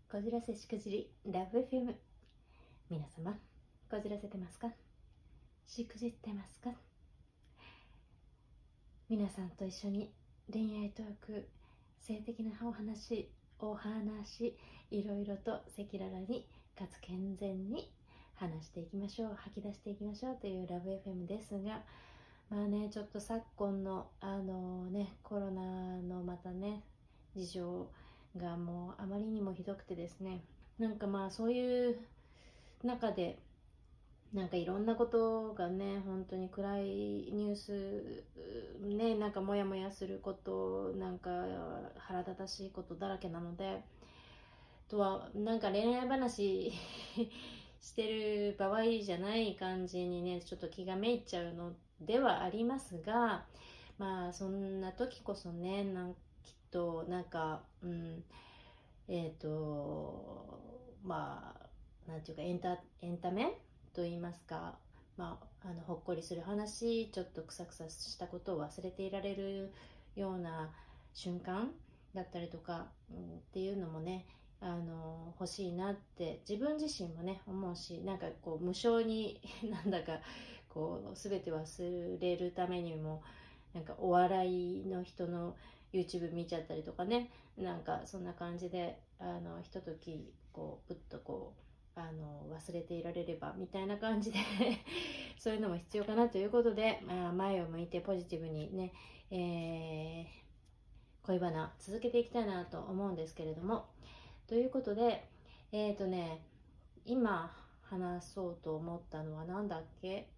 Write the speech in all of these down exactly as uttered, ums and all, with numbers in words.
こじらせしくじりラブ エフエム。 皆様、こじらせてますか？しくじってますか？皆さんと一緒に恋愛トーク、性的なお話お話いろいろと赤裸々にかつ健全に話していきましょう、吐き出していきましょうというラブ エフエム ですが、まあね、ちょっと昨今のあのねコロナのまたね事情がもうあまりにもひどくてですね、なんかまあそういう中でなんかいろんなことがね、本当に暗いニュースね、なんかモヤモヤすること、なんか腹立たしいことだらけなので、とはなんか恋愛話してる場合じゃない感じにね、ちょっと気がめいっちゃうのではありますが、まあそんな時こそね、なんきっとなんかうんえっ、とまあなんていうかエンタエンタメと言いますか、まあ、あのほっこりする話、ちょっとクサクサしたことを忘れていられるような瞬間だったりとか、うん、っていうのもね、あの欲しいなって自分自身もね思うし、なんかこう無償になんだかこう全て忘れるためにもなんかお笑いの人の YouTube 見ちゃったりとかね、なんかそんな感じであのひとときこうぷっとこうあの忘れていられればみたいな感じでそういうのも必要かなということで、まあ、前を向いてポジティブにね、えー、恋バナ続けていきたいなと思うんですけれども、ということでえっ、ー、とね今話そうと思ったのは何だっけ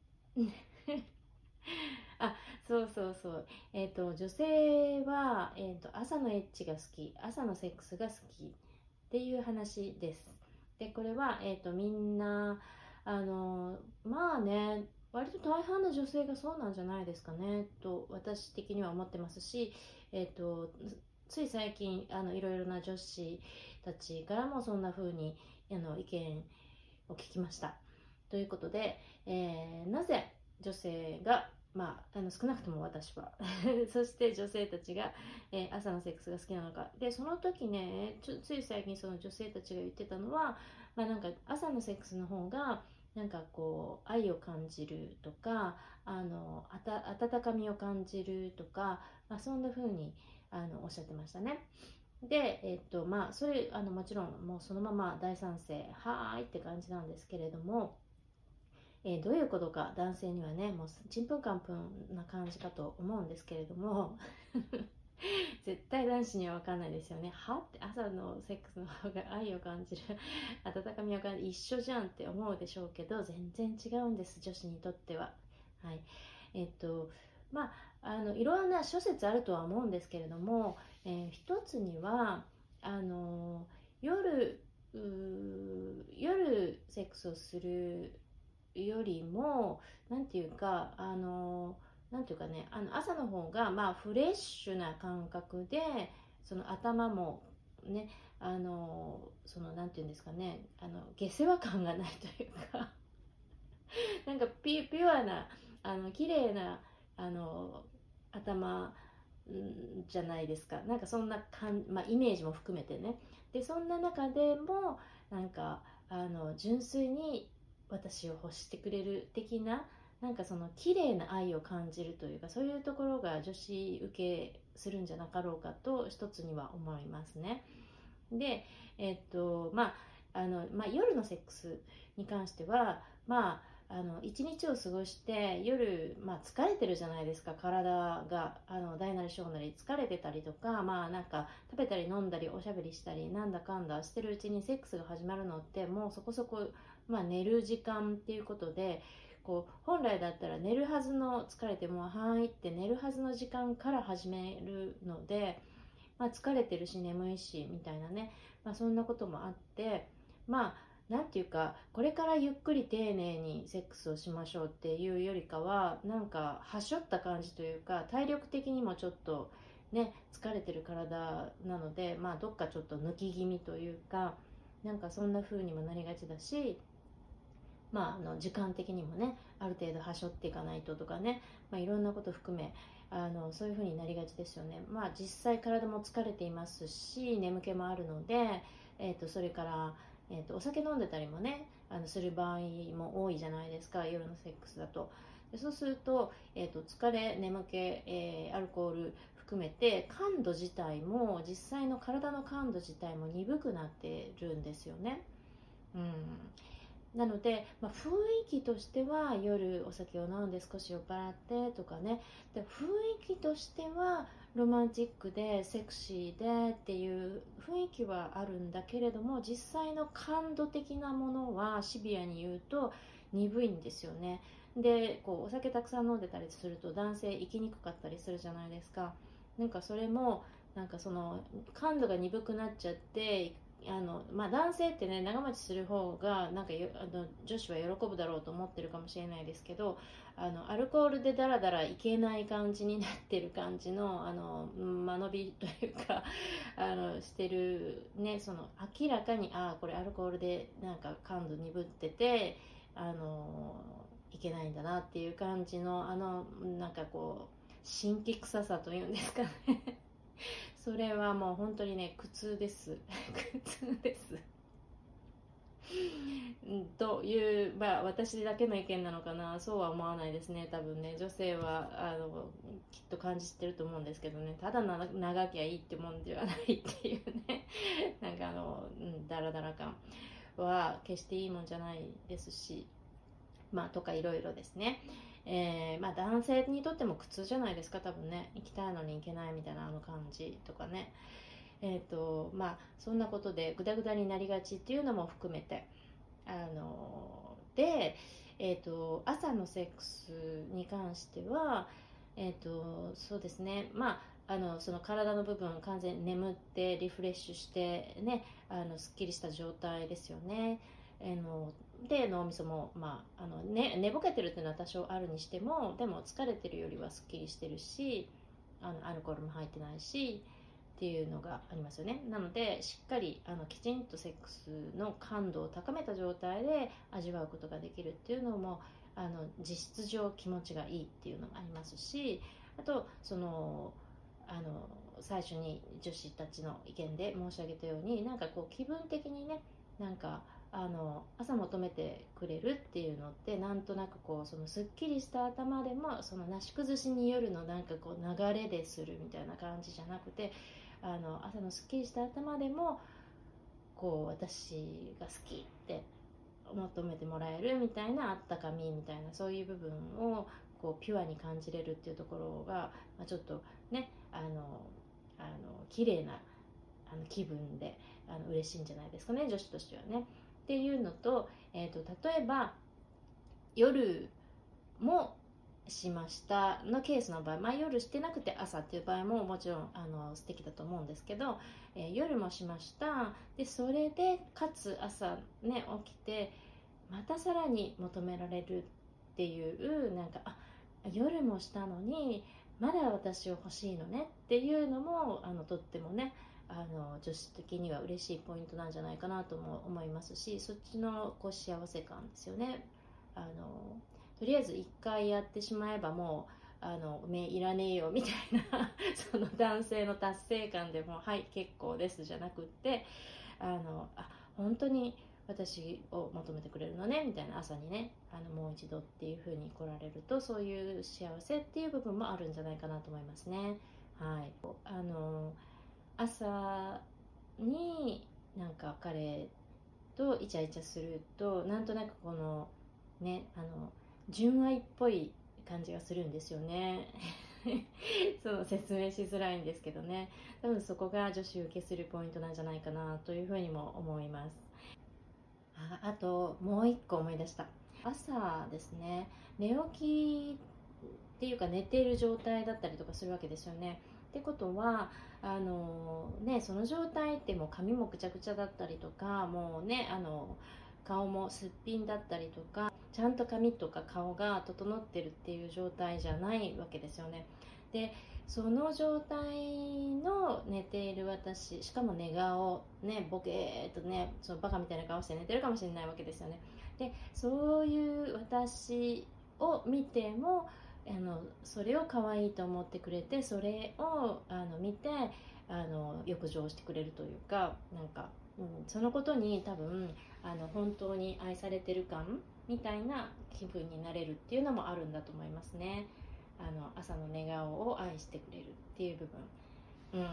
あ、そうそうそう。えっ、ー、と、女性は、えっ、ー、と、朝のエッチが好き、朝のセックスが好きっていう話です。で、これは、えっ、ー、と、みんな、あの、まあね、割と大半の女性がそうなんじゃないですかね、と私的には思ってますし、えっ、と、つい最近、あの、いろいろな女子たちからもそんな風に、あの、意見を聞きました。ということで、えー、なぜ女性がまあ、あの少なくとも私はそして女性たちが、えー、朝のセックスが好きなのかで、その時ねちょつい最近その女性たちが言ってたのは、まあ、なんか朝のセックスの方がなんかこう愛を感じるとか、あのあた温かみを感じるとか、まあ、そんな風にあのおっしゃってましたね。で、えっとまあ、それあのもちろんもうそのまま大賛成はーいって感じなんですけれども、えー、どういうことか男性にはねもうちんぷんかんぷんな感じかと思うんですけれども絶対男子には分かんないですよね。はって朝のセックスの方が愛を感じる温かみを感じる一緒じゃんって思うでしょうけど、全然違うんです、女子にとっては。はい、えっとまああのいろんな諸説あるとは思うんですけれども、えー、一つにはあの夜夜セックスをするよりもなんていうかあのなんていうかね、あの朝の方がまあフレッシュな感覚で、その頭もね、あのそのなんていうんですかね、あの下世話感がないというかなんかピ、ピュアなあの綺麗なあの頭じゃないですか。なんかそんなかん、まあ、イメージも含めてね。でそんな中でもなんかあの純粋に私を欲してくれる的な、なんかその綺麗な愛を感じるというか、そういうところが女子受けするんじゃなかろうかと一つには思いますね。で、えっとまああのまあ、夜のセックスに関しては、まあ、あの一日を過ごして夜、まあ、疲れてるじゃないですか、体があの大なり小なり疲れてたりとか、まあ、なんか食べたり飲んだりおしゃべりしたりなんだかんだしてるうちにセックスが始まるのってもうそこそこ、まあ、寝る時間っていうことで、こう本来だったら寝るはずの疲れてもうはーいって寝るはずの時間から始めるので、まあ、疲れてるし眠いしみたいなね、まあ、そんなこともあって、まあなんていうか、これからゆっくり丁寧にセックスをしましょうっていうよりかは、なんかはしょった感じというか、体力的にもちょっとね疲れてる体なので、まあどっかちょっと抜き気味というか、なんかそんな風にもなりがちだし、まあ、あの時間的にもねある程度はしょっていかないととかね、まあ、いろんなこと含めあのそういう風になりがちですよね。まあ実際体も疲れていますし眠気もあるので、 えー、とそれから、えー、とお酒飲んでたりもねあのする場合も多いじゃないですか、夜のセックスだと。でそうすると、えー、と疲れ眠気、えーアルコール含めて感度自体も実際の体の感度自体も鈍くなってるんですよね。うん、なので、まあ、雰囲気としては夜お酒を飲んで少し酔っ払ってとかね、で雰囲気としてはロマンチックでセクシーでっていう雰囲気はあるんだけれども、実際の感度的なものはシビアに言うと鈍いんですよね。でこうお酒たくさん飲んでたりすると男性生きにくかったりするじゃないですか。なんかそれもなんかその感度が鈍くなっちゃってあの、まあ、男性ってね長持ちする方がなんかよあの女子は喜ぶだろうと思ってるかもしれないですけど、あのアルコールでダラダラいけない感じになってる感じのあの間延びというかあのしてるね、その明らかにあこれアルコールでなんか感度鈍っててあのいけないんだなっていう感じのあのなんかこう神秘臭さというんですかねそれはもう本当にね苦痛です苦痛ですという、まあ、私だけの意見なのかな、そうは思わないですね。多分ね女性はあのきっと感じてると思うんですけどね、ただな長きゃいいってもんではないっていうねなんかあの、うん、ダラダラ感は決していいもんじゃないですし、まあとかいろいろですね。えーまあ、男性にとっても苦痛じゃないですか多分ね、行きたいのに行けないみたいなあの感じとかね。えーとまあ、そんなことでグダグダになりがちっていうのも含めてあので、えーと朝のセックスに関しては、えーとそうですね、まああのその体の部分完全に眠ってリフレッシュしてね、あのすっきりした状態ですよね。あので脳みそも、まああのね、寝ぼけてるっていうのは多少あるにしても、でも疲れてるよりはすっきりしてるし、あのアルコールも入ってないしっていうのがありますよね。なのでしっかりあのきちんとセックスの感度を高めた状態で味わうことができるっていうのもあの実質上気持ちがいいっていうのもありますし、あとそのあの最初に女子たちの意見で申し上げたように、なんかこう気分的にね、なんかあの朝求めてくれるっていうのって、なんとなくこうそのすっきりした頭でもそのなし崩しによるのなんかこう流れでするみたいな感じじゃなくて、あの朝のすっきりした頭でもこう私が好きって求めてもらえるみたいなあったかみみたいな、そういう部分をこうピュアに感じれるっていうところが、まあ、ちょっとねあのあの綺麗なあの気分であの嬉しいんじゃないですかね、女子としてはね。っていうのと、えーと、例えば夜もしましたのケースの場合、まあ、夜してなくて朝っていう場合ももちろんあの素敵だと思うんですけど、えー夜もしましたで、それでかつ朝ね起きてまたさらに求められるっていうなんか、あ夜もしたのにまだ私を欲しいのねっていうのもあのとってもねあの女子的には嬉しいポイントなんじゃないかなとも思いますし、そっちのこう幸せ感ですよね。あのとりあえずいっかいやってしまえばもうあの目いらねえよみたいなその男性の達成感でもはい結構ですじゃなくって、あのあ本当に私を求めてくれるのねみたいな、朝にねあのもう一度っていう風に来られると、そういう幸せっていう部分もあるんじゃないかなと思いますね。はい、あの朝になんか彼とイチャイチャするとなんとなくこのねあの純愛っぽい感じがするんですよねその説明しづらいんですけどね、多分そこが女子受けするポイントなんじゃないかなというふうにも思います。ああともう一個思い出した。朝ですね、寝起きっていうか寝ている状態だったりとかするわけですよね。ってことはあのねその状態ってもう髪もぐちゃぐちゃだったりとか、もうねあの顔もすっぴんだったりとか、ちゃんと髪とか顔が整ってるっていう状態じゃないわけですよね。でその状態の寝ている私、しかも寝顔ねボケーっとねそのバカみたいな顔して寝てるかもしれないわけですよね。でそういう私を見てもあのそれを可愛いと思ってくれて、それをあの見てあの浴場してくれるというか、なんか、うん、そのことに多分あの本当に愛されてる感みたいな気分になれるっていうのもあるんだと思いますね。あの朝の寝顔を愛してくれるっていう部分、うん、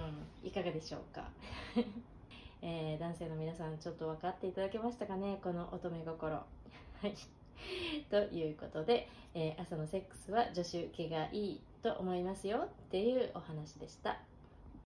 いかがでしょうか。えー男性の皆さん、ちょっと分かっていただけましたかね、この乙女心。はいということで、えー朝のセックスは女子受けがいいと思いますよっていうお話でした。